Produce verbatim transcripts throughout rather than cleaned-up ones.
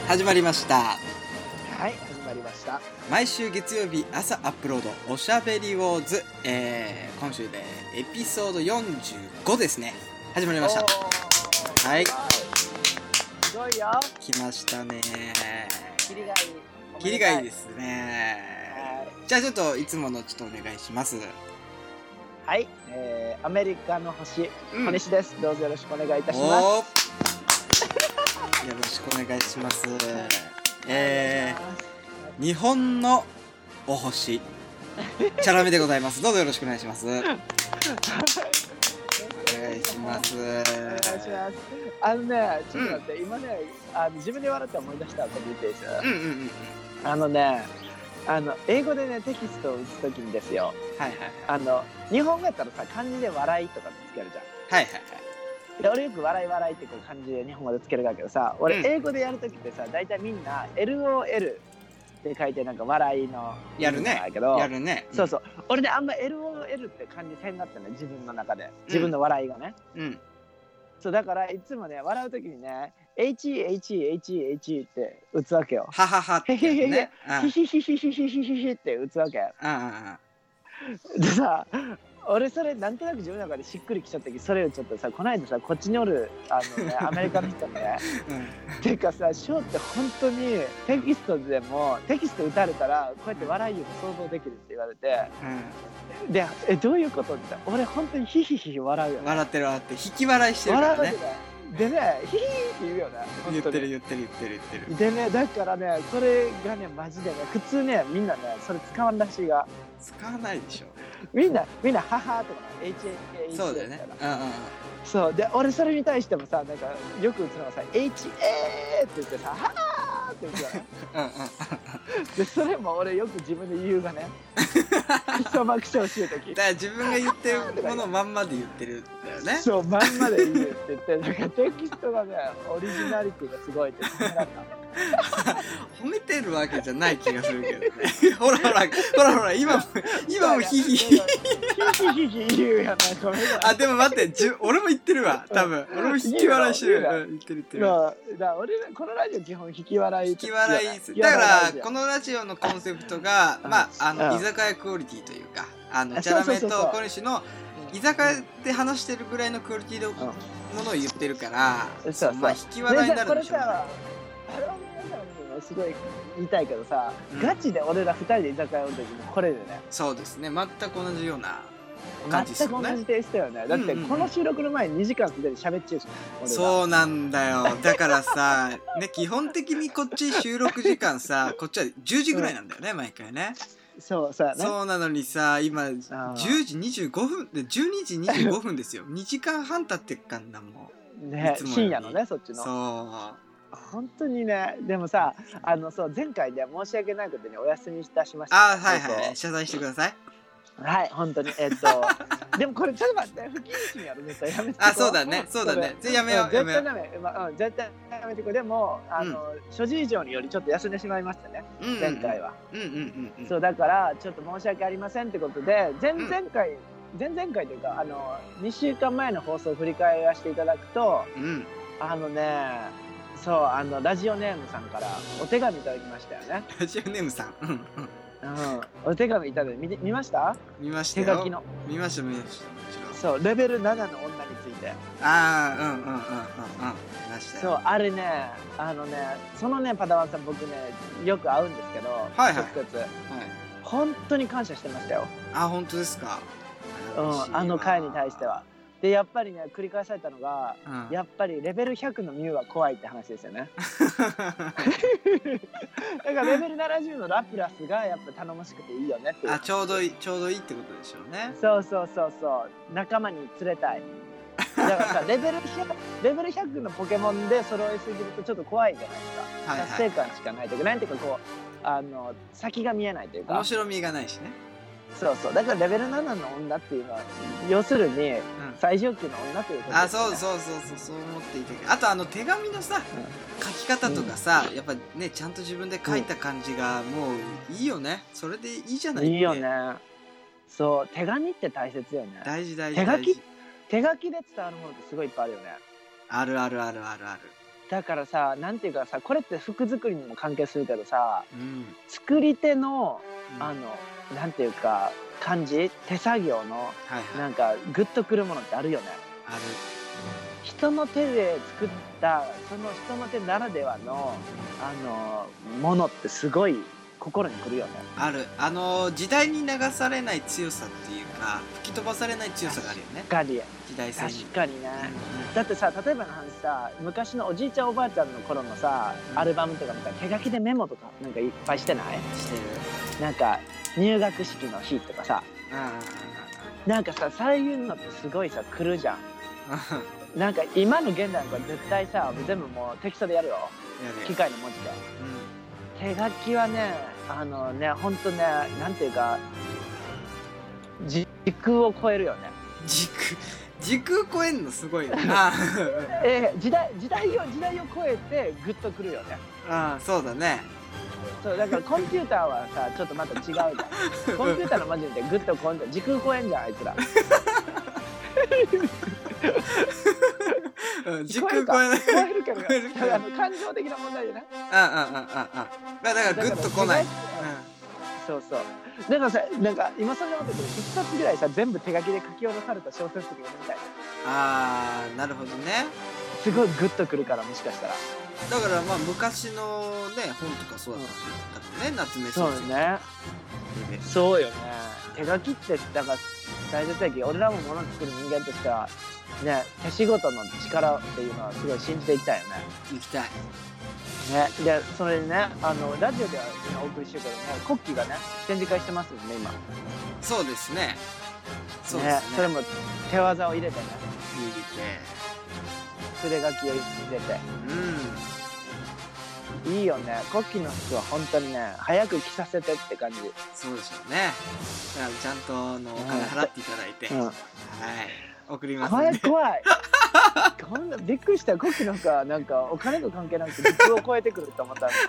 始まりました。 はい、始まりました。 毎週月曜日朝アップロードおしゃべりウォーズ、えー、今週でエピソードよんじゅうごですね。始まりました。はい、 すごいよ。 来ましたね。 キリがいい。 キリがいいですね。じゃあちょっといつものちょっとお願いします。 はい、えー、アメリカの星、 うん、 小西です。どうぞよろしくお願いいたします。 よろしくお願いします。えー、日本のお星チャラメでございます。どうぞよろしくお願いします。お願いします。お願いします。 あのね、ちょっと待って、うん、今ね、あの自分で笑って思い出したこと言っていいですか。うんうんうん。あのね、あの英語でねテキストを打つときにですよ。はいはいはい。あの日本語やったらさ漢字で笑いとかつけるじゃん。はいはいはい。で俺よく笑い笑いってこう漢字で日本語でつけるんだけどさ、俺英語でやるときってさ、だいたいみんな エルオーエル って書いてなんか笑いのやるね。やるね。 そうそう。俺ねあんま エルオーエル って漢字せんなったね、自分の中で。自分の笑いがね。うん。そうだからいつもね笑うときにね エイチイーエイチイーエイチイーエイチイー って打つわけよ。 はははってね。 ヒヒヒヒヒヒヒヒヒって打つわけ。でさ。俺それなんとなく自分の中でしっくりきちゃったけど、それをちょっとさこの間さこっちにおるあの、ね、アメリカの人ね、うん、てかさショーって本当にテキストでもテキスト打たれたらこうやって笑いを想像できるって言われて、うん、でえどういうことって俺本当にヒヒヒ笑うよ、ね、 笑ってる笑って引き笑いしてるからね。 でねヒヒーって言うよね。 言ってる言ってる言ってる言ってる。 でねだからねそれがねマジでね普通ねみんなねそれ使わんらしいが。 使わないでしょ。 みんなみんなハハとか エイチエーエイチそうだよね。うんうん。 そうで俺それに対してもさなんかよく打つのがさ エイチエー って言ってさハーって言ってたね。うんうん。でそれも俺よく自分で言うがね。クソ爆笑してる時。 だから自分が言ってるものをまんまで言ってるんだよね。 そうまんまで言うって言ってなんかテキストがねオリジナリティがすごいって褒められた。 褒めてるわけじゃない気がするけどね。ほらほらほらほら今も今もヒヒヒヒヒヒヒ言うやな。 あでも待ってじ俺も言ってるわ多分。俺も引き笑いしてる。言ってる言ってる。 だ俺このラジオ基本引き笑い。 引き笑いだからこのラジオのコンセプトがまああの居酒屋クオリティというかあのチャラメと小西の居酒屋で話してるぐらいのクオリティのものを言ってるからまあ引き笑いになるでしょうね。 あれはすごい言いたいけどさ、うん、ガチで俺らふたりで居酒屋の時もこれでね。 そうですね全く同じような感じですよね。 全く同じテイストよね。だってこの収録の前ににじかんすでに喋っちゃうし、 ね、そうなんだよ。だからさね基本的にこっち収録時間さこっちはじゅうじぐらいなんだよね、うん、毎回ね。 そうそうやね。 そうなのにさ今じゅうじにじゅうごふんでじゅうにじにじゅうごふんですよ。にじかんはん経ってっかんだもんね。深夜のねそっちの。 そう本当にね。でもさあのそう前回で申し訳ないことにお休みいたしました。 あはいはい、はい、謝罪してください。 はい本当にえっとでもこれちょっと待って不謹慎やろ絶対やめて。 あそうだねそうだねじゃやめようやめよう。 絶対ダメ、まあ、うん、絶対やめてこう。でもあの、うん、諸事情によりちょっと休んでしまいましたね、うんうん、前回は。うんうんうんうん。そうだからちょっと申し訳ありませんってことで前々回、うん、前々回というかあのにしゅうかんまえの放送を振り返らせていただくと、うん、あのねそうあのラジオネームさんからお手紙いただきましたよね。 ラジオネームさんうんうんうんお手紙いただいて 見, 見ました見ましたよ。手書きの見ました見ましたそうレベルななの女について。 ああうんうんうんうんうん見ましたよ。 そうあれねあのねそのねパダワンさん僕ねよく会うんですけど、はいはい、直接、はい、本当に感謝してましたよ。 あ本当ですか。 うんあの回に対しては。でやっぱりね繰り返されたのが、うん、やっぱりレベルひゃくのミュウは怖いって話ですよね。だからレベルななじゅうのラプラスがやっぱ頼もしくていいよねっていう。 あちょうどいいちょうどいいってことでしょうね。 そうそうそうそう仲間に連れたい。だからさレベルひゃくレベルひゃくのポケモンで揃いすぎるとちょっと怖いじゃないですか。はいはい、達成感しかないというかなんていうかこうあの先が見えないというか面白みがないしね。 そうそうだからレベルななの女っていうのは要するに、うん、最上級の女ということですね。 あそうそうそうそうそう思っていてあとあの手紙のさ、うん、書き方とかさ、うん、やっぱねちゃんと自分で書いた感じがもういいよね。それでいいじゃないって。 いいよね。そう手紙って大切よね。 大事大事手書き手書きで伝わるものってすごいいっぱいあるよね。 あるあるあるあるある。 だからさ、なんていうかさ、これって服作りにも関係するけどさ、 うん、 作り手の、 うん、 あのなんていうか感じ、手作業の、 はいはい、 なんかグッとくるものってあるよね。 ある。 人の手で作ったその人の手ならではのあのものってすごい心にくるよね。 ある。あの時代に流されない強さっていうか、吹き飛ばされない強さがあるよね。 確かに時代性に。 確かにね、 うん、 だってさ、例えばの話さ、昔のおじいちゃんおばあちゃんの頃のさ、うん、アルバムとか見たら手書きでメモとかなんかいっぱいしてない？ してる。 なんか入学式の日とかさ、なんかさ、そういうのってすごいさ来るじゃん。なんか今の現代の子は絶対さ、全部もうテキストでやるよ、機械の文字で、うん、手書きはね、あのね、ほんとね、なんていうか時空を超えるよね。 時空時空超えんのすごいね。 えー、時代時代を時代を超えてグッとくるよね。 ああ、そうだね。 そうだからコンピューターはさ、ちょっとまた違うじゃん。コンピューターの文字ってグッと超えんじゃん。時空超えんじゃん、あいつら。 うん、時空超えない。 超えるけど、あの感情的な問題じゃない？ ああああああ。だからグッと来ない。うん、 そうそう。だからさ、なんか今そんなことで一冊ぐらいさ、全部手書きで書き下ろされた小説とか読みたい。 ああ、なるほどね。 すごいグッとくるから、もしかしたら。 だからまあ昔のね本とかそうだったね、夏目漱石。 そうね。そうよね。手書きってだから大切だけど、俺らも物作る人間としてはね、手仕事の力っていうのはすごい信じていきたいよね。 いきたい。 ね、でそれでね、あのラジオではお送りしてるけどね、コッキーがね展示会してますよね今。 そうですね。そうですね。 ね、それも手技を入れてね。 入れて。 筆書きを入れて。うん。いいよね。コッキーの服は本当にね、早く着させてって感じ。 そうでしょうね。だからちゃんとのお金払っていただいて、うん、はい、送りますんで。 怖い怖い。こんなびっくりしたよ。コッキーの服はなんかお金と関係なくて時空を超えてくると思った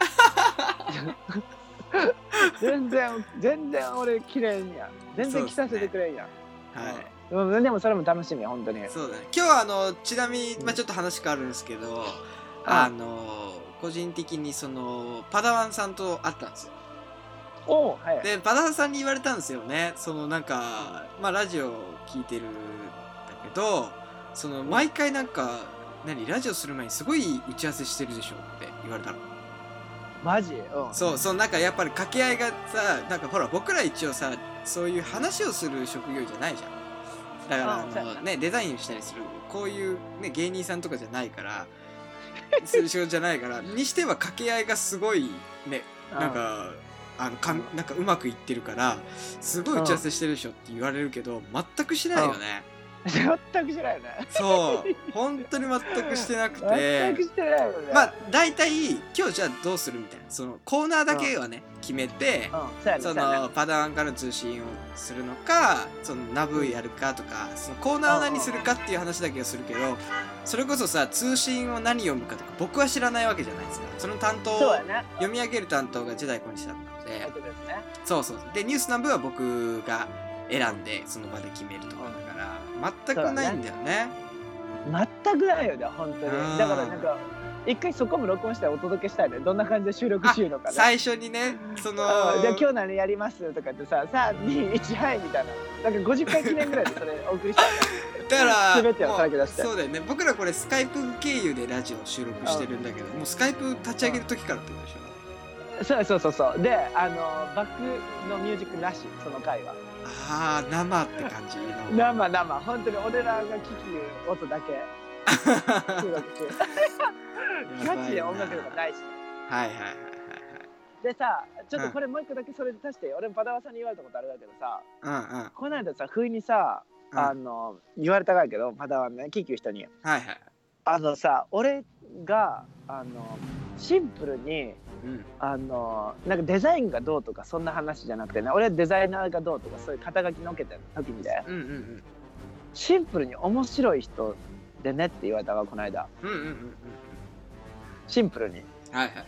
全然全然俺綺麗にや。全然着させてくれんやん。はい。うん、でもそれも楽しみ本当に。 そうだね。今日はあのちなみに、まあ、ちょっと話変わるんですけど、うん、あの個人的にそのパダワンさんと会ったんですよ。 お、はい、 でパダワンさんに言われたんですよね。そのなんか、まあ、ラジオ聞いてるんだけど、その毎回なんか何ラジオする前にすごい打ち合わせしてるでしょって言われたの。 マジ？うん、 そうそう、なんかやっぱり掛け合いがさ、なんかほら僕ら一応さ、そういう話をする職業じゃないじゃん。だからあのね、デザインしたりするこういうね芸人さんとかじゃないからそういう仕事じゃないからにしては掛け合いがすごいね、なんかあのかんなんかうまくいってるからすごい打ち合わせしてるでしょって言われるけど全くしないよね。 全くしてないよね。 そう本当に全くしてなくて全くしてないよね。 まあ大体今日じゃあどうするみたいなそのコーナーだけはね、うん、決めて、うん、そのパダワンからの通信をするのかそのナブやるかとかそのコーナーを何するかっていう話だけはするけどそれこそさ通信を何読むかとか僕は知らないわけじゃないですか。その担当を読み上げる担当がジェダイ小西だったので、ね、そうそうでニュースナブは僕が選んでその場で決めるとかだから全くないんだよね。 全くないよね本当に。だからなんか一回そこも録音してお届けしたいね。どんな感じで収録しようのかな。 最初にねそのじゃあ今日何やりますとかってささんにいちはいみたいななんかごじゅっかい記念ぐらいでそれお送りしたいね。 だから全てをさらけ出してそうだよね。僕らこれスカイプ経由でラジオ収録してるんだけどもうスカイプ立ち上げる時からってことでしょ。 そうそうそうそうであのバックのミュージックなしその回は。 ああ生って感じの生生本当に俺らが聞く音だけ収録中ガチで音楽とかないし、ね、 はいはいはいはいはいでさちょっとこれもう一個だけそれで足して、うん、俺もパダワさんに言われたことあるんだけどさ、 うんうん、 この間さ不意にさ、うん、あの言われたからけどパダワンね聞く人に、 はいはい、 あのさ俺があのシンプルにうん、あのなんかデザインがどうとかそんな話じゃなくてね俺はデザイナーがどうとかそういう肩書きのっけてる時にね、うんうんうん、シンプルに面白い人でねって言われたわこの間、うんうんうんうん、シンプルに、はいはいはい、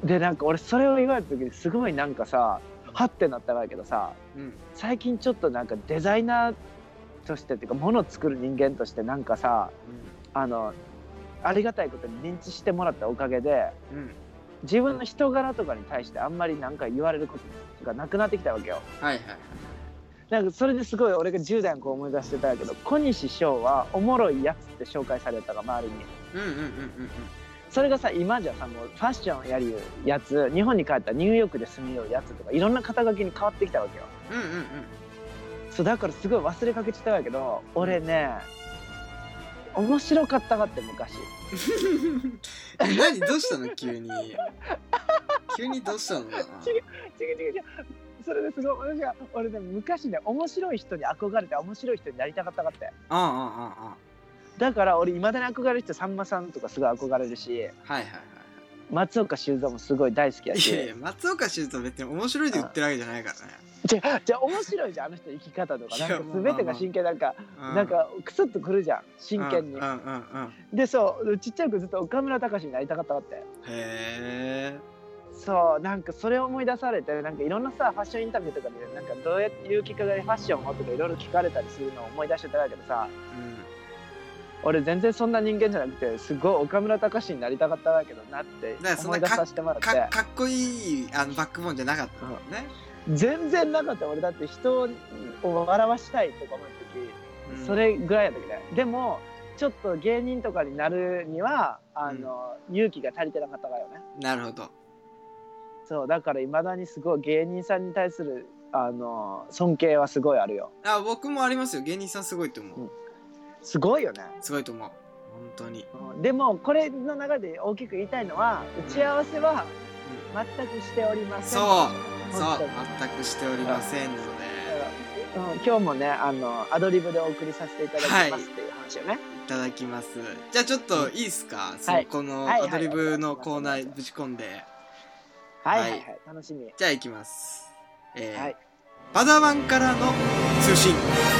でなんか俺それを言われた時にすごいなんかさはってなったんだけどさ、うん、最近ちょっとなんかデザイナーとしてっていうか物を作る人間としてなんかさ、うん、あのありがたいことに認知してもらったおかげで、うん、自分の人柄とかに対してあんまりなんか言われることがなくなってきたわけよ。はいはいはい。なんかそれですごい俺がじゅう代の子を思い出してたけど、小西翔はおもろいやつって紹介されたが周りに。うんうんうんうんうん。それがさ今じゃさもうファッションやるやつ、日本に帰ったらニューヨークで住みようやつとかいろんな肩書きに変わってきたわけよ。うんうんうん。そうだからすごい忘れかけてたんやけど、俺ね面白かったかって昔。 何どうしたの急に。急にどうしたの？違う違う違う違う。それですごい私は俺ね昔ね面白い人に憧れて面白い人になりたかったかって。ああああああ。だから俺いまだに憧れる人さんまさんとかすごい憧れるし。はいはいはい。松岡修造もすごい大好きやし。 いやいや松岡修造別に面白いで言ってるわけじゃないからね。 じゃあじゃあ面白いじゃんあの人生き方とかなんか全てが真剣なんか、まあまあ、なんかクスッとくるじゃん真剣に。うんうんうんうん、でそうちっちゃい子ずっと岡村隆史になりたかったかって。へえ。そうなんかそれを思い出されてなんかいろんなさファッションインタビューとかでなんかどういうきっかけでファッションをとかいろいろ聞かれたりするのを思い出してたけどさ、うん、俺全然そんな人間じゃなくてすごい岡村隆史になりたかったわけどなって思い出させてもらって。 か, か, かっこいいあのバックボーンじゃなかったもんね、 うん、全然なかった。俺だって人を笑わしたいとか思う時、うん、それぐらいやったけど、ね、でもちょっと芸人とかになるにはあの、うん、勇気が足りてなかったからよね。 なるほど。 そうだからいまだにすごい芸人さんに対するあの尊敬はすごいあるよ。 あ僕もありますよ。芸人さんすごいと思う、うん、 すごいよね。 すごいと思う本当に、 うん、でもこれの流れで大きく言いたいのは打ち合わせは全くしておりません、 うん、そうそう全くしておりませんので、 うん、今日もねあのアドリブでお送りさせていただきます、はい、っていう話をねいただきます。じゃあちょっといいですか、うん、そのこのアドリブのコーナーぶち込んで。 はいはいはい、はい、楽しみ。 じゃあ行きます、えーはい、パダワンからの通信。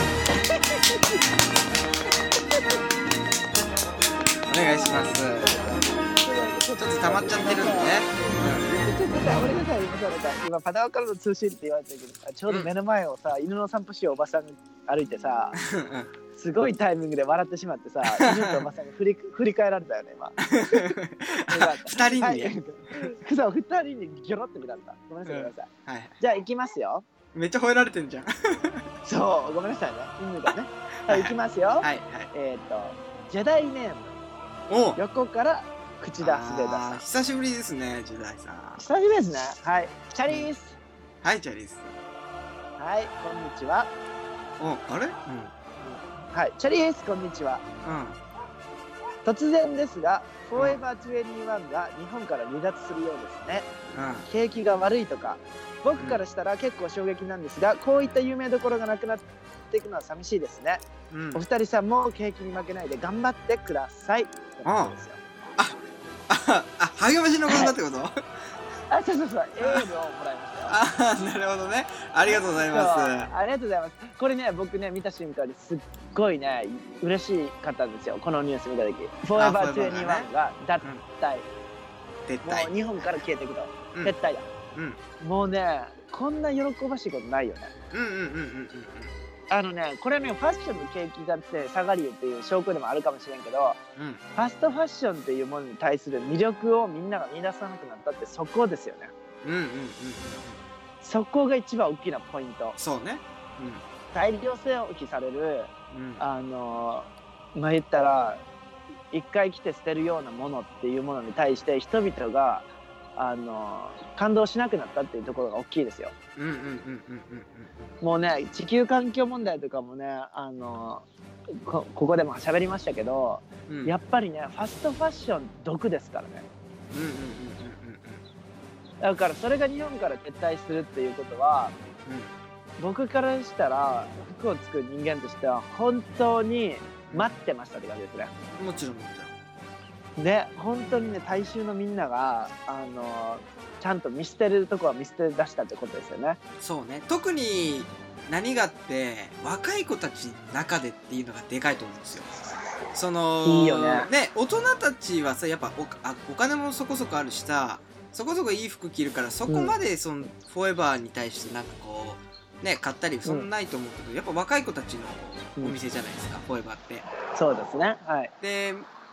お願いします。ちょっと溜まっちゃってるんでね、 うん、ちょっとさ俺がさ今今パダワンからの通信って言われてるけどちょうど目の前をさ、うん、犬の散歩しようおばさん歩いてさすごいタイミングで笑ってしまってさ犬とおばさんが振り振り返られたよね今。 二人に、ね、 はい、そう二人にギョロって見られた。ごめんなさい、ごめんなさい、はい、じゃあ行きますよ。 めっちゃ吠えられてんじゃん。 そうごめんなさいね犬がね。はい、行きますよ。はいはい、えっ、ー、とジェダイネームお横から口出すで出さん。 久しぶりですねジェダイさん。 久しぶりですね。はいチャリース。 はいチャリース。 はいこんにちは。 おあれ、うんはい、チャリースこんにちは、うん、突然ですがフォーエバーにじゅういちが日本から離脱するようですね、うん、景気が悪いとか僕からしたら結構衝撃なんですが、こういった有名どころがなくなっていくのは寂しいですね、うん、お二人さんも景気に負けないで頑張ってください。 あああ励ましの言葉ってこと、はい、 あそうそうそうエールをもらいましたよ。 あなるほどねありがとうございます。 ありがとうございます。これね僕ね見た瞬間にすっごいね嬉しかったんですよこのニュース見た時。フォーエバーにじゅういちが脱退、うん、撤退もう日本から消えていくと、うん、撤退だ、うん、もうねこんな喜ばしいことないよね。うんうんうんうんうんあのねこれねファッションの景気がって下がりっていう証拠でもあるかもしれんけど、うん、ファストファッションっていうものに対する魅力をみんなが見出さなくなったってそこですよね。うんうんうんうんそこが一番大きなポイント。 そうね、 うん、大量消費される、うん、あのまあ言ったら一回来て捨てるようなものっていうものに対して人々があの感動しなくなったっていうところが大きいですよ。もうね地球環境問題とかもねあの こ, ここでも喋りましたけど、うん、やっぱりねファストファッション毒ですからね。うんうんうんだからそれが日本から撤退するっていうことは、うん、僕からしたら服を作る人間としては本当に待ってましたって感じですね。 もちろんもちろんで本当にね大衆のみんながあのちゃんと見捨てるとこは見捨て出したってことですよね。 そうね特に何があって若い子たちの中でっていうのがでかいと思うんですよ。そのいいよね。 ね大人たちはさやっぱ お, あお金もそこそこあるしさそこそこいい服着るからそこまでその、うん、フォーエバーに対してなんかこうね買ったりそんなないと思うけど、うん、やっぱ若い子たちのお店じゃないですか、うん、フォーエバーって。 そうですねはい。 で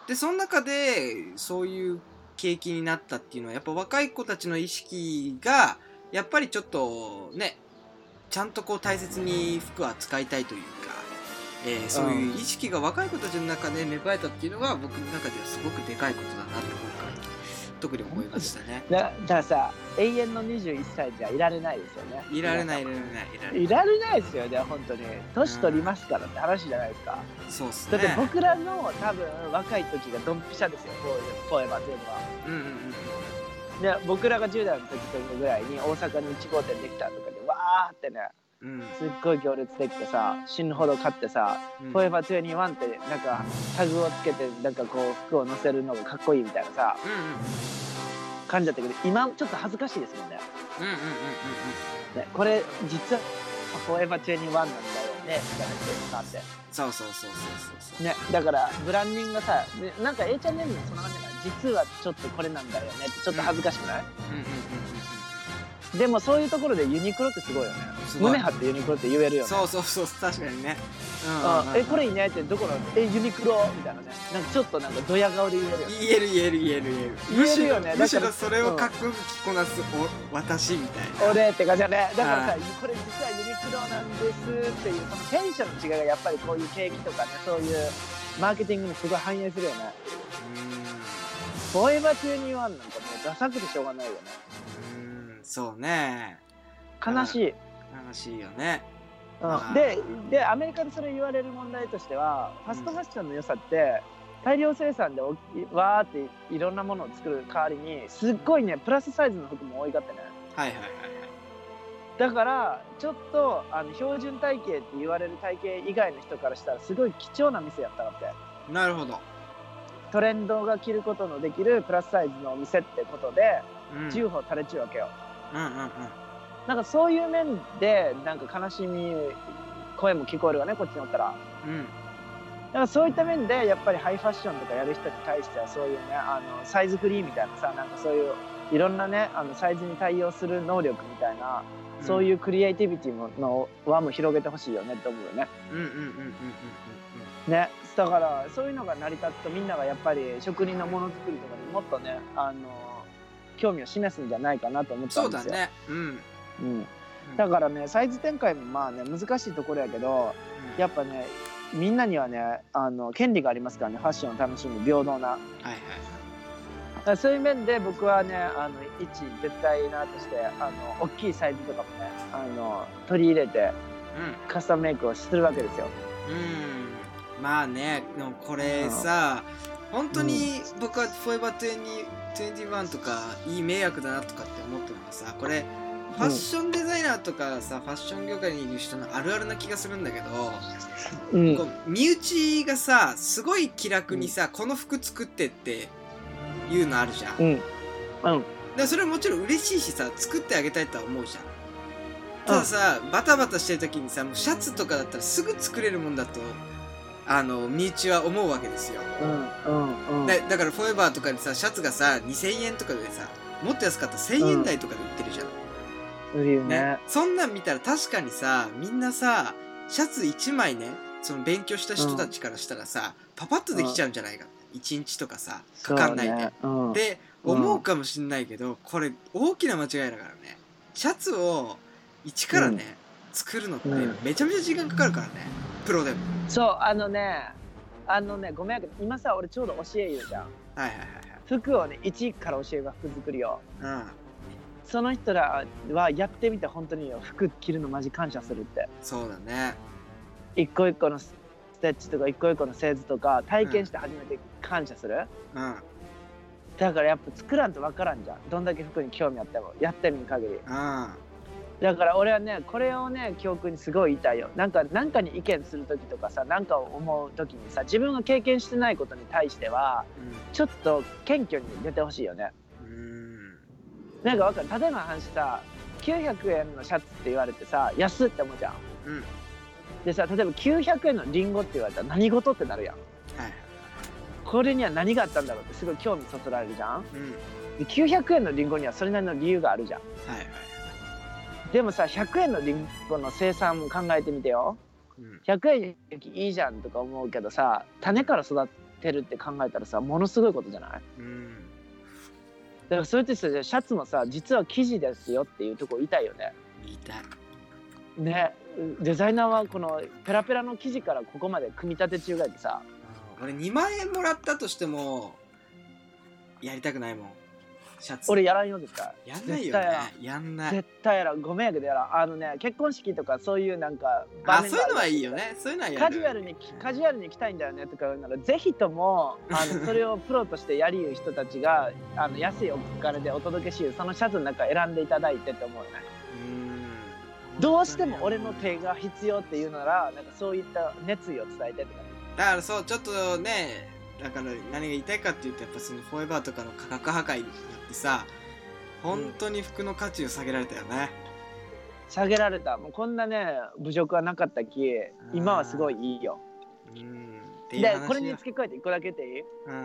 でその中でそういう景気になったっていうのはやっぱ若い子たちの意識がやっぱりちょっとねちゃんとこう大切に服は使いたいというか、えー、そういう意識が若い子たちの中で芽生えたっていうのが僕の中ではすごくでかいことだなって今回特に思いましたね。 だ, だからさ永遠のにじゅういっさいじゃいられないですよね。 いられないいられないいられないですよね本当に。年取りますからって話じゃないですか。 そうっすね。 だって僕らの多分若い時がドンピシャですよこういうフォーエバーっていうのは。 うんうんうんで僕らがじゅう代の時とかぐらいに大阪にいち号店できたとかでわーってね、うん、すっごい行列できてさ死ぬほど買ってさ、うん、フォーエバーにじゅういちってなんかタグをつけてなんかこう服を載せるのがかっこいいみたいなさ、うんうん、感じだったけど今ちょっと恥ずかしいですもんね。うんうんうんうんうん、ねこれ実はフォーエバーにじゅういちなんだよねみたいな人があって。 そうそうそうそうそうねだからブランディングがさなんか エーエイチアンドエム もそんな感じじゃない。実はちょっとこれなんだよねってちょっと恥ずかしくない？うんうんうんうん、でもそういうところでユニクロってすごいよね。胸張ってユニクロって言えるよね。 そうそうそう確かにね、 うんうん、えこれいいねってどこのえユニクロみたいなねなんかちょっとなんかドヤ顔で言えるよね。 言える言える言える言える言えるよね。 むしろそれをかっこよく着こなすお私みたいな俺って感じだね。だからさこれ実はユニクロなんですっていうそのテンションの違いがやっぱりこういう景気とかねそういうマーケティングにすごい反映するよね。うんフォーエバーにじゅういちなんかもうダサくてしょうがないよね。 うーんそうね悲しい悲しいよね、 うん、で, でアメリカでそれ言われる問題としてはファストファッションの良さって大量生産でわーっていろんなものを作る代わりにすっごいねプラスサイズの服も多いかってね。 はいはいはいはい。 だからちょっとあの標準体型って言われる体型以外の人からしたらすごい貴重な店やったなって。 なるほど。 トレンドが着ることのできるプラスサイズのお店ってことで、うん、じゅうほ垂れちゅうわけよ。うんうんうん。なんかそういう面でなんか悲しみ声も聞こえるわねこっちにおったら。うん。だからそういった面でやっぱりハイファッションとかやる人に対してはそういうねあのサイズフリーみたいなさなんかそういういろんなねあのサイズに対応する能力みたいな、うん、そういうクリエイティビティの輪も広げてほしいよねって思うよね。うんうんうんうんうんうんうん。ね。だからそういうのが成り立つとみんながやっぱり職人のものづくりとかにもっとねあの興味を示すんじゃないかなと思ったんですよ。そうだね。うん。うん。だからねサイズ展開もまあね難しいところやけど、うん、やっぱねみんなにはねあの権利がありますからねファッションを楽しむ平等な。はいはい。だからそういう面で僕はねあの一絶対なとしてあの大きいサイズとかもねあの取り入れて、うん、カスタムメイクをするわけですよ。うん。 まあねでもこれさ本当に僕はフォーエバーにじゅういちとかいい迷惑だなとかって思ったのがさこれファッションデザイナーとかさファッション業界にいる人のあるあるな気がするんだけど、うん、こう身内がさすごい気楽にさ、うん、この服作ってっていうのあるじゃん、うんうん、でそれはもちろん嬉しいしさ作ってあげたいとは思うじゃん。たださ、うん、バタバタしてる時にさもうシャツとかだったらすぐ作れるもんだとあの身内は思うわけですよ、うんうんうん、だ, だからフォーエバーとかにさシャツがさにせんえんとかでさもっと安かったらせんえん台とかで売ってるじゃん、 売るよね。 ねそんなん見たら確かにさみんなさシャツいちまいねその勉強した人たちからしたらさ、うん、パパッとできちゃうんじゃないか、うん、いちにちとかさかかんないで、ねうん、で思うかもしんないけどこれ大きな間違いだからね。シャツを一からね、うん、作るのってめちゃめちゃ時間かかるからね、プロでも。 そうあのねあのねごめんやけど今さ俺ちょうど教え言うじゃん。はいはいはいはい。服をね一から教えが服作りを。うん。その人らはやってみて本当に服着るのマジ感謝するって。 そうだね。 一個一個のステッチとか一個一個の製図とか体験して初めて感謝する。うん。だからやっぱ作らんと分からんじゃん。どんだけ服に興味あってもやってみる限り。うん。だから俺はねこれをね教訓にすごい言いたいよ。なんか何かに意見する時とかさ何かを思う時にさ自分が経験してないことに対しては、うん、ちょっと謙虚に出てほしいよね。うんなんか分かる。例えば話さきゅうひゃくえんのシャツって言われてさ安って思うじゃん、うん、でさ例えばきゅうひゃくえんのリンゴって言われたら何事ってなるやん、はい、これには何があったんだろうってすごい興味そそられるじゃん、うん、できゅうひゃくえんのリンゴにはそれなりの理由があるじゃん、はいはい。でもさひゃくえんのリンゴの生産も考えてみてよ、うん、ひゃくえんいいじゃんとか思うけどさ種から育ててるって考えたらさ、ものすごいことじゃない？うん。だからそれってさ、シャツもさ、実は生地ですよっていうところ言いたいよね。 言いたい。 ね、デザイナーはこのペラペラの生地からここまで組み立て中がいてさ、 俺にまんえんもらったとしてもやりたくないもん、シャツ。 俺やらんよ絶対。 やんないよね。やんない。 絶対やらん。ご迷惑でやらん。あのね、結婚式とかそういうなんか場面があ、そういうのはいいよね。そういうのはやる。 カジュアルにカジュアルに着たいんだよねとか言うなら、ぜひともあのそれをプロとしてやりゆう人たちがあの安いお金でお届けしゆうそのシャツの中選んでいただいてって思うよね。うん、どうしても俺の手が必要っていうなら、なんかそういった熱意を伝えてとか。 だからそうちょっとね、だから何が言いたいかっていうと、やっぱそのフォーエバーとかの価格破壊によってさ、本当に服の価値を下げられたよね。 下げられた。もうこんなね侮辱はなかったき、今はすごいいいよ。うん。でこれに付け加えていっこだけでいい？うん。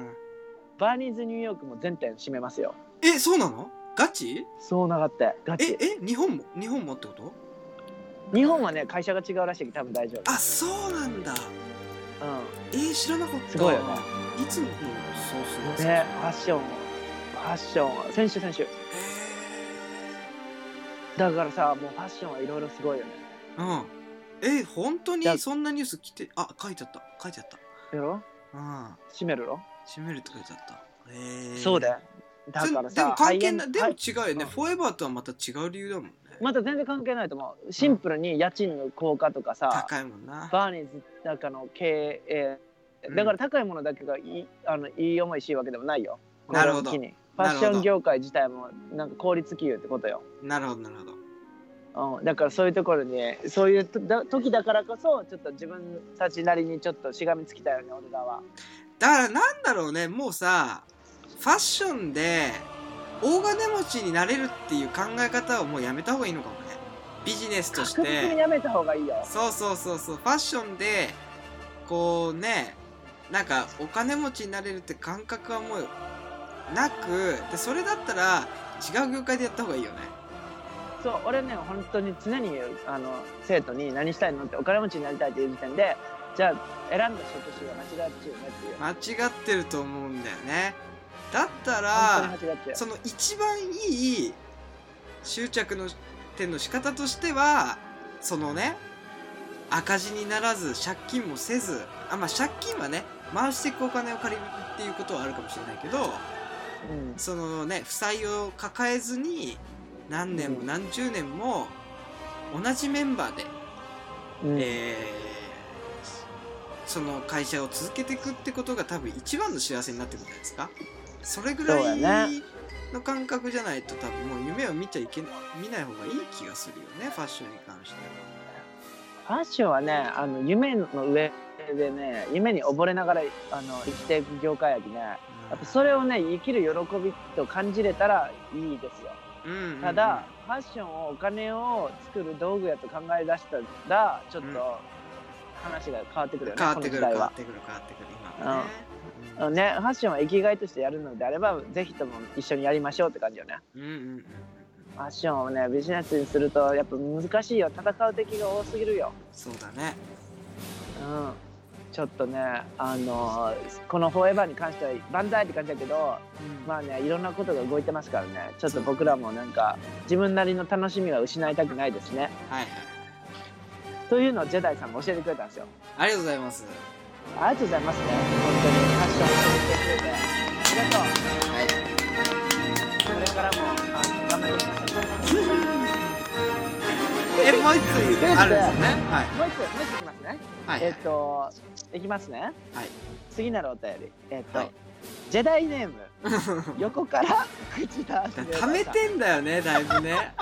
バーニーズニューヨークも全店閉めますよ。 え、そうなの？ガチ？ そうながってガチ。 ええ、日本も日本もってこと？ 日本はね会社が違うらしいけど多分大丈夫。 あ、そうなんだ。うん。えー、知らなかった。 すごいよね。 いつのそうすごいね。ファッションファッション先週先週。だからさ、もうファッションはいろいろすごいよね。 うん。え、本当にそんなニュース来て、あ、書いてあった、書いてあった。 やろ？ うん。 閉めるろ？ 閉めるって書いてあった。へえ。 そうだよ。だからさ、 でも関係ない、でも違うよね。フォーエバーとはまた違う理由だもんね。 また全然関係ないと思う。シンプルに家賃の効果とかさ、 高いもんな。 バーニーズなんかの経営、だから高いものだけがいい、あのいい思いしいわけでもないよ。 なるほど。 ファッション業界自体もなんか効率企業ってことよ。 なるほどなるほど。 うん、だからそういうところにそういう時だからこそちょっと自分たちなりにちょっとしがみつきたよね俺らは。 だからなんだろうね、もうさファッションで大金持ちになれるっていう考え方をもうやめた方がいいのかもね。ビジネスとして。 確実にやめた方がいいよ。 そうそうそうそう、ファッションでこうね、なんかお金持ちになれるって感覚はもうなくで、それだったら違う業界でやった方がいいよね。 そう俺ね本当に常にあの生徒に何したいのってお金持ちになりたいっていう時点で、じゃあ選んだ職種が間違ってるよねっていう。 間違ってると思うんだよね。だったらその一番いい執着の点の仕方としては、そのね赤字にならず借金もせず、あ、まあ借金はね回していくお金を借りるっていうことはあるかもしれないけど、うん、そのね負債を抱えずに何年も何十年も同じメンバーで、うん、えー、その会社を続けていくってことが多分一番の幸せになってくるんじゃないですか。それぐらいの感覚じゃないと多分もう夢を見ちゃいけない、見ない方がいい気がするよね、ファッションに関しては。ファッションはね、あの夢の上でね、夢に溺れながらあの生きていく業界やきね、やっぱそれをね生きる喜びと感じれたらいいですよ。うんうんうん、ただファッションをお金を作る道具やと考え出したらちょっと話が変わってくるよね、 変わってくる変わってくる変わってくる今はね、 うん、ね、ファッションは生きがいとしてやるのであればぜひとも一緒にやりましょうって感じよね。うんうんうん、ファッションをねビジネスにするとやっぱ難しいよ。戦う敵が多すぎるよ。 そうだね。 うん、ちょっとね、あのー、このフォーエバーに関しては万歳って感じだけど、うん、まあねいろんなことが動いてますからね、ちょっと僕らもなんか自分なりの楽しみは失いたくないですね。はいはい。というのをジェダイさんも教えてくれたんですよ。 ありがとうございます。 ありがとうございますね。本当にファッションを教えてくれてありがとう。はい。これからもあの頑張りましょう。 え、もう一つあるんですね。はい。 もう一つ、もう一ついきますね。はい。えっと、いきますね。はい。次なるお便り。えっと、はい、ジェダイネーム横から口出して。 溜めてんだよね、だいぶね。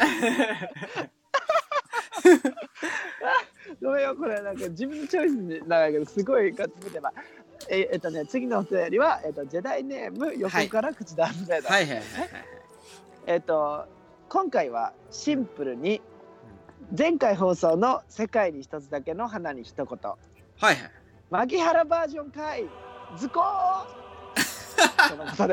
ごめんよ、これなんか自分のチョイスなんだけどすごいガッツリば。ええっとね次のお便りはえっとジェダイネーム横から口出して。はいはいはいはい。えっと今回はシンプルに前回放送の世界に一つだけの花に一言。はいはい。牧原バージョンかい。ズコー。そのことです。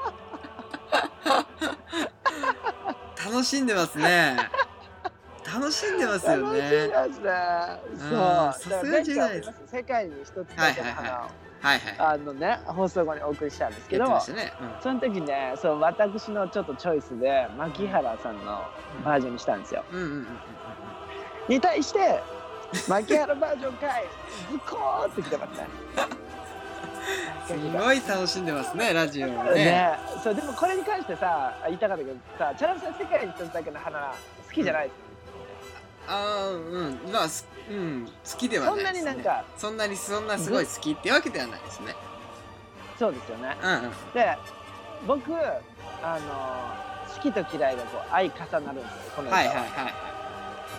楽しんでますね。楽しんでますよね。 楽しんでますね。そう。さすがジェダイです。世界に一つだけの花をはいはい、 あのね放送後にお送りしたんですけど、 ね、うん、 その時ねそう私のちょっとチョイスで牧原さんのバージョンにしたんですよ、 うんうんうんうんうん、 に対して牧原バージョンかいズコーってきてますねすごい楽しんでますねラジオね。 ねそうでもこれに関してさ言いたかったけどさ、チャラメさん世界に一つだけの花好きじゃないですか、 うん、ああうんまあうん、好きではないですね。そんなになんかそんなにそんなすごい好きってわけではないですね。 そうですよね、 うんうん、 で僕あの好きと嫌いがこう相重なるんですよこの歌は。はいはいはい、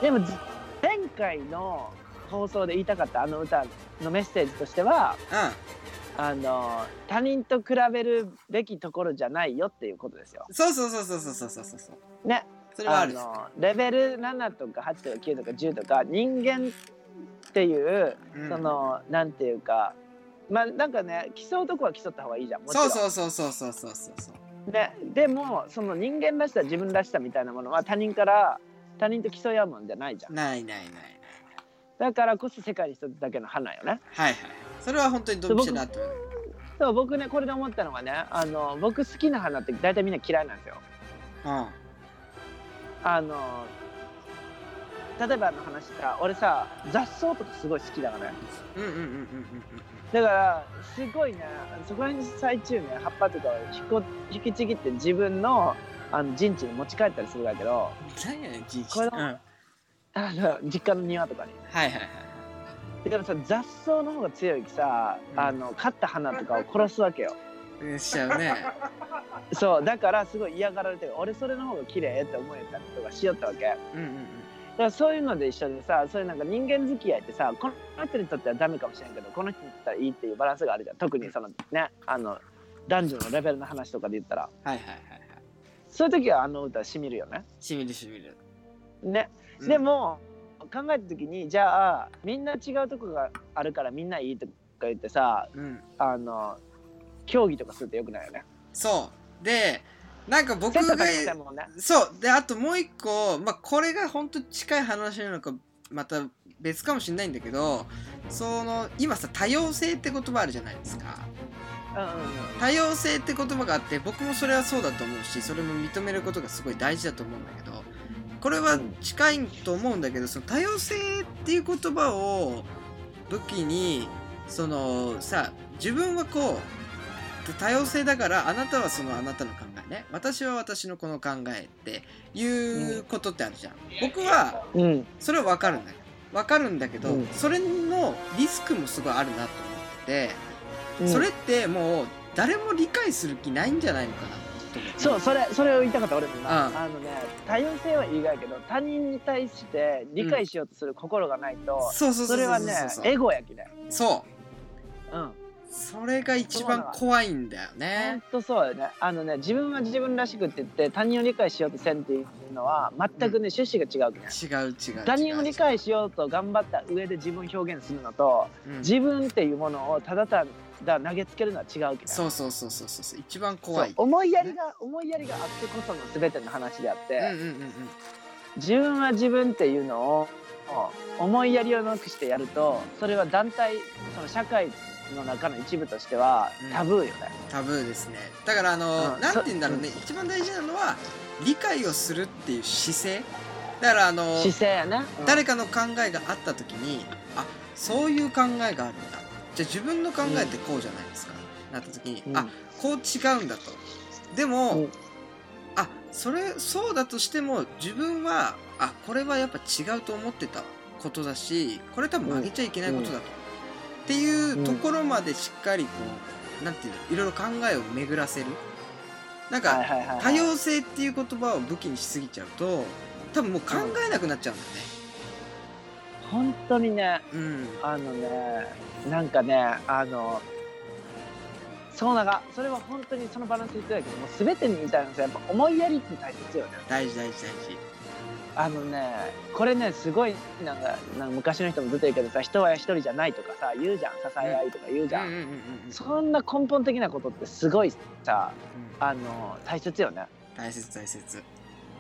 でも前回の放送で言いたかったあの歌のメッセージとしては、うん、あの他人と比べるべきところじゃないよっていうことですよ。 そうそうそうそうそうそうそうそうね。 それはある。 あのレベルななとかはちとかきゅうとかじゅうとか人間っていう、うん、そのなんていうかまあなんかね競うとこは競った方がいいじゃん。もちろんそうそうそうそうそうそうそうででもその人間らしさ自分らしさみたいなものは他人から他人と競い合うもんじゃないじゃん。 ないないないない。 だからこそ世界に一つだけの花よね。 はいはい。それは本当にドンピシャだと思う。 そう僕ねこれで思ったのがねあの僕好きな花って大体みんな嫌いなんですよ。うん。あの例えばの話さ俺さ雑草とかすごい好きだからね。うんうんうんうんうん。だからすごいねそこら辺の最中ね葉っぱとかを引こ引きちぎって自分のあの陣地に持ち帰ったりするんだけど。 何やねん陣地。 これの、うん、あの実家の庭とかに。 はいはいはい。 だからさ雑草の方が強いきさ、うん、あの刈った花とかを殺すわけよ。 しちゃうね。 そうだからすごい嫌がられてる俺それの方が綺麗って思えたりとかしよったわけ。うんうんうん。だからそういうので一緒でさそういうなんか人間付き合いってさこの人にとってはダメかもしれんけどこの人にとってはいいっていうバランスがあるじゃん。特にそのねあの男女のレベルの話とかで言ったら。はいはいはいはい。そういう時はあの歌しみるよね。 しみるしみる。 ね、うん、でも考えた時にじゃあみんな違うとこがあるからみんないいとか言ってさ、うん、あの競技とかするとよくないよね。 そうでなんか僕が、ね、そうであともう一個、まあ、これが本当近い話なのかまた別かもしれないんだけどその今さ多様性って言葉あるじゃないですか。うんうんうん、多様性って言葉があって僕もそれはそうだと思うしそれも認めることがすごい大事だと思うんだけどこれは近いと思うんだけどその多様性っていう言葉を武器にそのさ自分はこう多様性だからあなたはそのあなたの考えね私は私のこの考えっていうことってあるじゃん。僕はそれは分かるんだけど分かるんだけど、うん、それのリスクもすごいあるなと思ってて。それってもう誰も理解する気ないんじゃないのかなと思って。 そうそれそれを言いたかった俺もな、うん、あのね多様性はいいがやけど他人に対して理解しようとする心がないと、うん、それはねエゴやきね。 そううんそれが一番怖いんだよね。ほんとそうだよね。あのね自分は自分らしくって言って他人を理解しようとせんっていうのは全くね、うん、趣旨が違うきね。 違う違う違う。 他人を理解しようと頑張った上で自分を表現するのと、うん、自分っていうものをただただ投げつけるのは違うけど。 そうそうそうそうそう一番怖い。 思いやりが思いやりがあってこその全ての話であって、うんうんうんうん、自分は自分っていうのを思いやりをなくしてやるとそれは団体その社会の中の一部としてはタブーよね、 うん、タブーですね。だからあの、うん、なんて言うんだろうね、うん、一番大事なのは理解をするっていう姿勢だからあの姿勢やね、 うん、誰かの考えがあった時にあそういう考えがあるんだじゃあ自分の考えってこうじゃないですか、うん、なった時に、うん、あこう違うんだとでも、うん、あそれそうだとしても自分はあこれはやっぱ違うと思ってたことだしこれ多分曲げちゃいけないことだと、うん、っていうところまでしっかりこうなんていうのいろいろ考えを巡らせるなんか、はいはいはいはい、多様性っていう言葉を武器にしすぎちゃうと多分もう考えなくなっちゃうんだよね、 うん、本当にね、うん、あのねなんかねあのそうなんかそれは本当にそのバランス言ってたけども全てに言いたいのはやっぱ思いやりって大切よね。 大事大事大事。 あのねこれねすごいなんかなんか昔の人も出てるけどさ人は一人じゃないとかさ言うじゃん支え合いとか言うじゃん、うんうんうんうん、そんな根本的なことってすごいさ、うん、あの大切よね。 大切大切。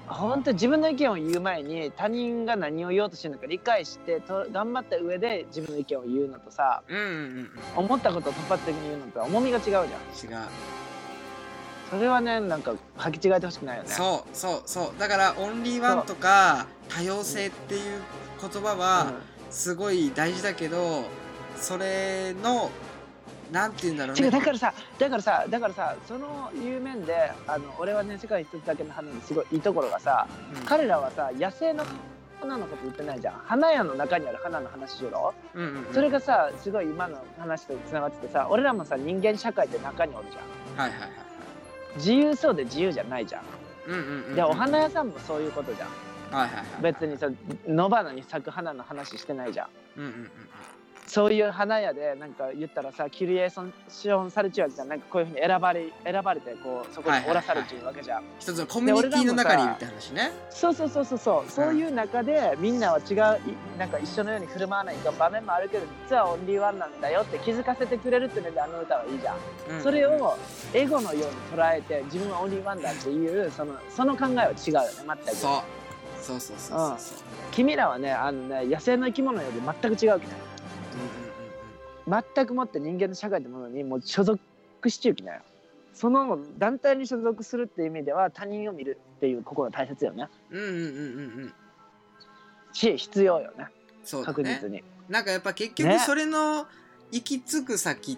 本当に自分の意見を言う前に他人が何を言おうとしてるのか理解してと頑張った上で自分の意見を言うのとさ、 うんうんうん、 思ったことを突発的に言うのとは重みが違うじゃん。違う。それはね、なんか履き違えてほしくないよね。 そうそうそう。だからオンリーワンとか多様性っていう言葉はすごい大事だけど、それのなんて言うんだろうね。 違う、だからさ、だからさ、だからさ、そのいう面で、あの俺はね、世界一つだけの花のすごいいいところがさ、うん、彼らはさ、野生の花のこと言ってないじゃん。花屋の中にある花の話しろ。うんうんうん、それがさ、すごい今の話とつながっててさ、俺らもさ、人間社会って中におるじゃん。はいはいはい。自由そうで自由じゃないじゃん。うんうんうんうん、で、お花屋さんもそういうことじゃん。はいはいはい。別にさ、野花に咲く花の話してないじゃん。うんうんうん。そういう花屋でなんか言ったらさキュリエーションされちゃうわけじゃん。なんかこういうふうに選ばれ選ばれてこうそこにおらされちゃうわけじゃん、はいはいはい、一つのコミュニティの中にいるって話ね。そうそうそうそうそう、うん、そういう中でみんなは違うなんか一緒のように振る舞わないか場面もあるけど実はオンリーワンなんだよって気づかせてくれるって面であの歌はいいじゃん、うん、それをエゴのように捉えて自分はオンリーワンだっていうそのその考えは違うよね。全くそうそうそうそうそうそう、うん、君らはねあのね野生の生き物より全く違うわけね。全くもって人間の社会ってものにもう所属しちゅうきなよ。その団体に所属するっていう意味では他人を見るっていう心が大切よね。うんうんうんうんうんし必要よね。そうだね、確実に。なんかやっぱ結局それの行き着く先って、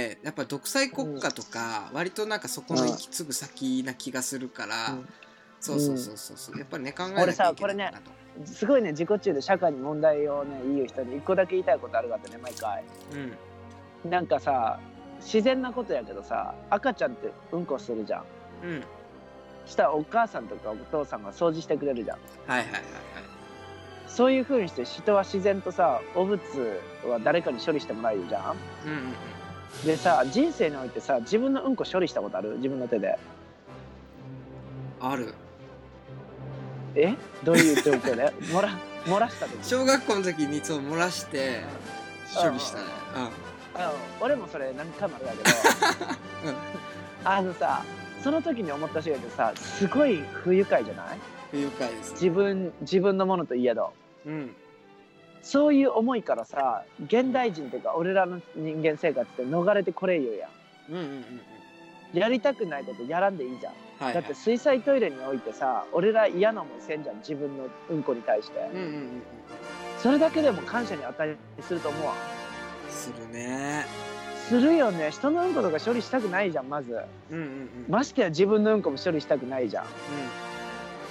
ね、やっぱ独裁国家とか、うん、割となんかそこの行き着く先な気がするから、うん、そうそうそうそう、やっぱりね考えなきゃいけないかなと。俺さこれねすごいね自己中で社会に問題をね言う人に一個だけ言いたいことあるかってね毎回、うん、なんかさ自然なことやけどさ赤ちゃんってうんこするじゃん、うん、したらお母さんとかお父さんが掃除してくれるじゃん。はいはいはいはい。そういう風にして人は自然とさ汚物は誰かに処理してもらえるじゃん、うんうんうん、でさ人生においてさ自分のうんこ処理したことある？自分の手で。ある。えどういう状況で漏ら漏らした時？小学校の時にいつも漏らして処理したね。うん、うん、俺もそれ何回もあるんだけど、うん、あのさその時に思ったしがさすごい不愉快じゃない？不愉快です、ね、自分自分のものといえど、うん、そういう思いからさ現代人っていうか俺らの人間生活って逃れてこれ言うやん。うんうんうんうん、やりたくないことやらんでいいじゃん。はいはい、だって水洗トイレにおいてさ俺ら嫌な思いせんじゃん自分のうんこに対して、うんうんうん、それだけでも感謝に値すると思うわ。するね。するよね。人のうんことか処理したくないじゃんまず、うんうんうん、ましてや自分のうんこも処理したくないじゃん、うん、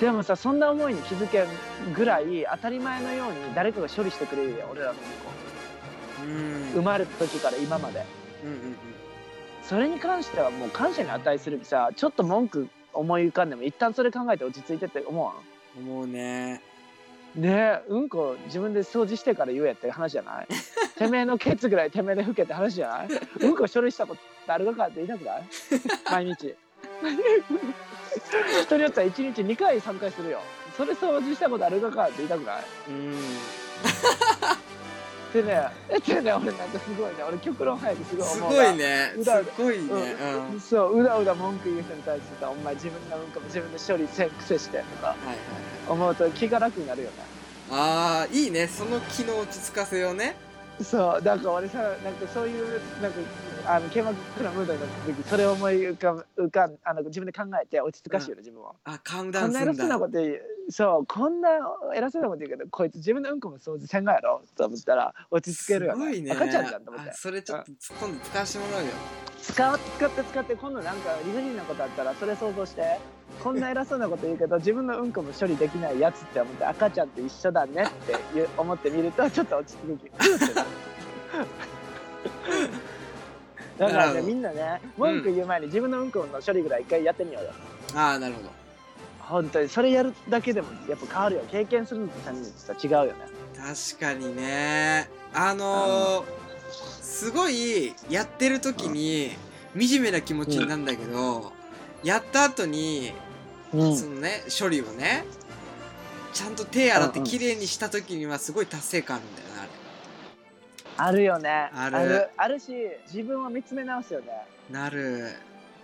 でもさそんな思いに気づけんぐらい当たり前のように誰かが処理してくれるよ俺らのうんこ、うん、生まれた時から今まで、うんうんうん、それに関してはもう感謝に値するきさちょっと文句思い浮かんでも一旦それ考えて落ち着いてって思わん？思うね。ねえうんこ自分で掃除してから言えって話じゃない？てめえのケツぐらいてめえで拭けって話じゃない？うんこ処理したことあるかって言いたくない毎日人によってはいちにちにかいさんかいするよ。それ掃除したことあるかって言いたくない？うんでね、えってね、俺なんかすごいね、俺極論入ってすごい思う。すごいね、うだうだすごいね、うんうん、そう、うだうだ文句言う人に対してさ、お前自分のうんこも自分で処理せんくせしてとか、はいはいはい、思うと気が楽になるよね。ああ、いいね、その気の落ち着かせようね。そう、なんか俺さ、なんかそういうなんかあの剣幕なムードになった時、それを思い浮かぶ、浮かんあの自分で考えて落ち着かしよる、うん、自分を。あ、カウンダウンするんだ。こんな偉そうなこと言う、そう、こんな偉そうなこと言うけど、こいつ自分のうんこも掃除せんがやろと思ったら落ち着けるよね。すごいね。赤ちゃんじゃんと思って。それちょっと今度使わせてもらうよ。使使って使って今度なんか理不尽なことあったらそれ想像して。こんな偉そうなこと言うけど自分のうんこも処理できないやつって思って赤ちゃんと一緒だねって思ってみるとちょっと落ち着くきだからねみんなね文句言う前に自分のうんこの処理ぐらい一回やってみようよ。ああなるほど。本当にそれやるだけでもやっぱ変わるよ。経験するのとさ違うよね。確かにね。あのー、すごいやってる時に惨めな気持ちになるんだけど、うんやった後に、うん、そのね処理をねちゃんと手洗ってきれいにした時にはすごい達成感あるんだよね。あれあるよね。あるあるあるし自分を見つめ直すよね。なる。で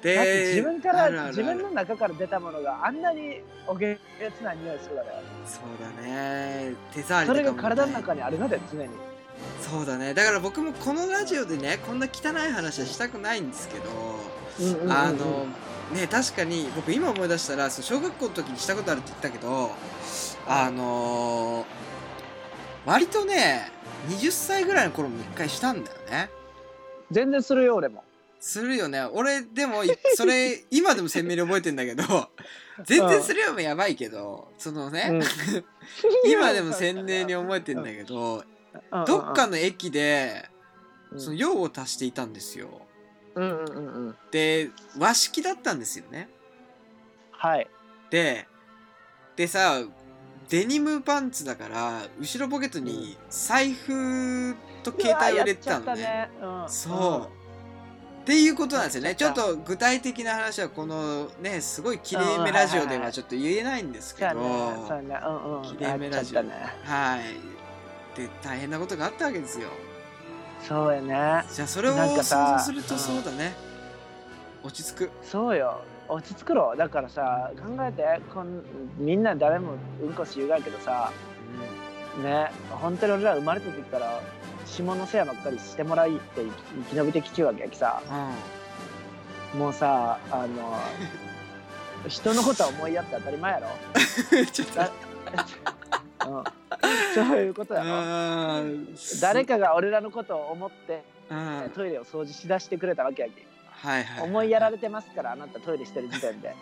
でだって自分からあるあるある自分の中から出たものがあんなにおげつな匂いするだろ。 そうだね。手触りそとかもれが体の中にあるので常に。 そうだね。だから僕もこのラジオでねこんな汚い話はしたくないんですけど、 うんうんうんうん、 あのね確かに僕今思い出したらそう小学校の時にしたことあるって言ったけど、あのー、割とねはたちぐらいの頃も一回したんだよね。 全然するよ俺も。 するよね。俺でもそれ今でも鮮明に覚えてんだけど全然するよもやばいけどそのね、うん、今でも鮮明に覚えてんだけど、うん、どっかの駅でその用を足していたんですよ。 うんうんうんうん、 で和式だったんですよね。 はい。 ででさデニムパンツだから後ろポケットに財布と携帯を入れてたのね。 ねうん、 そう、うん、っていうことなんですよね。ちょっと具体的な話はこのねすごいきれいめラジオではちょっと言えないんですけど、きれいめラジオ、ね、はいで大変なことがあったわけですよ。 そうやね。 じゃあそれを想像するとそうだね、うん、落ち着く。 そうよ落ち着くろ。だからさ考えてこんみんな誰もうんこし言うがけどさ、うん、ね本当に俺ら生まれた時から下の世話ばっかりしてもらいって生き延びてきちゅうわけやきさ、うん、もうさあの人のことは思いやって当たり前やろちょっとうん、そういうことやろ。誰かが俺らのことを思ってトイレを掃除しだしてくれたわけやき、 はいはいはい、 思いやられてますからあなたトイレしてる時点で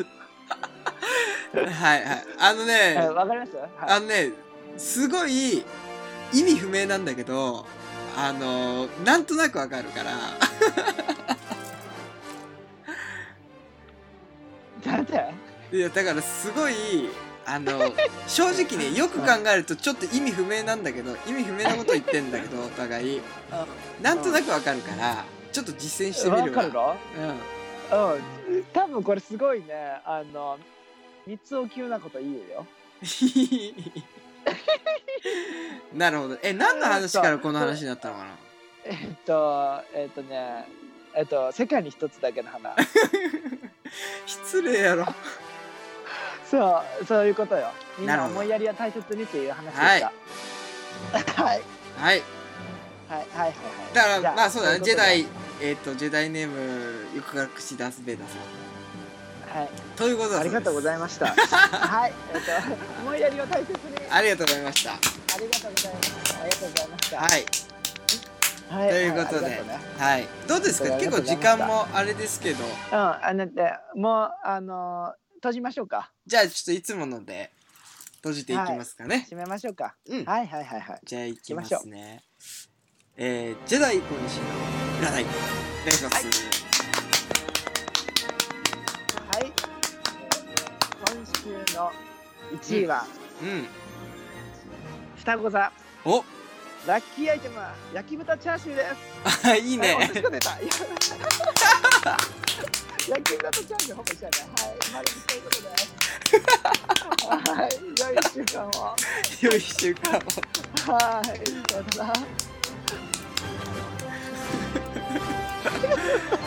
はいはいあのねわかります、はい、 あのねすごい意味不明なんだけどあのなんとなくわかるからだっていやだからすごいあの正直ねよく考えるとちょっと意味不明なんだけど意味不明なこと言ってんだけどお互いなんとなくわかるからちょっと実践してみるわ。 わかるの？うん、うん、多分これすごいねあの三つお急なこと言うよなるほど。え何の話からこの話になったのかな。 えっとえっとねえっと世界に一つだけの花失礼やろそうそういうことよ。みんな思いやりは大切にっていう話でした。はいはいはいはいはいはい。 だからまあそうだねジェダイえっとジェダイネームよく隠しダースベイダーさん。はい。ということでありがとうございました。はい。えっと思いやりを大切に。 ありがとうございました。 ありがとうございました。ありがとうございました。 はい。はい、ということで、はい、ねはい、どうですか。結構時間もあれですけど。うん、 あのでもうあの閉じましょうか。 じゃあちょっといつもので閉じていきますかね。 はい、閉めましょうか。うん。はいはいはいはい。 じゃあいきますね。えー、ジェダイ小西の占いお願いします。 はい。はい、今週のいちいは、うん、うん、双子座。 お。 ラッキーアイテムは焼き豚チャーシューです。 あ、いいね。 焼き豚とチャーシューほぼ一緒やね。はい、まだそういうことです。はい、良い週間を。 良い週間を。 はい、さよなら。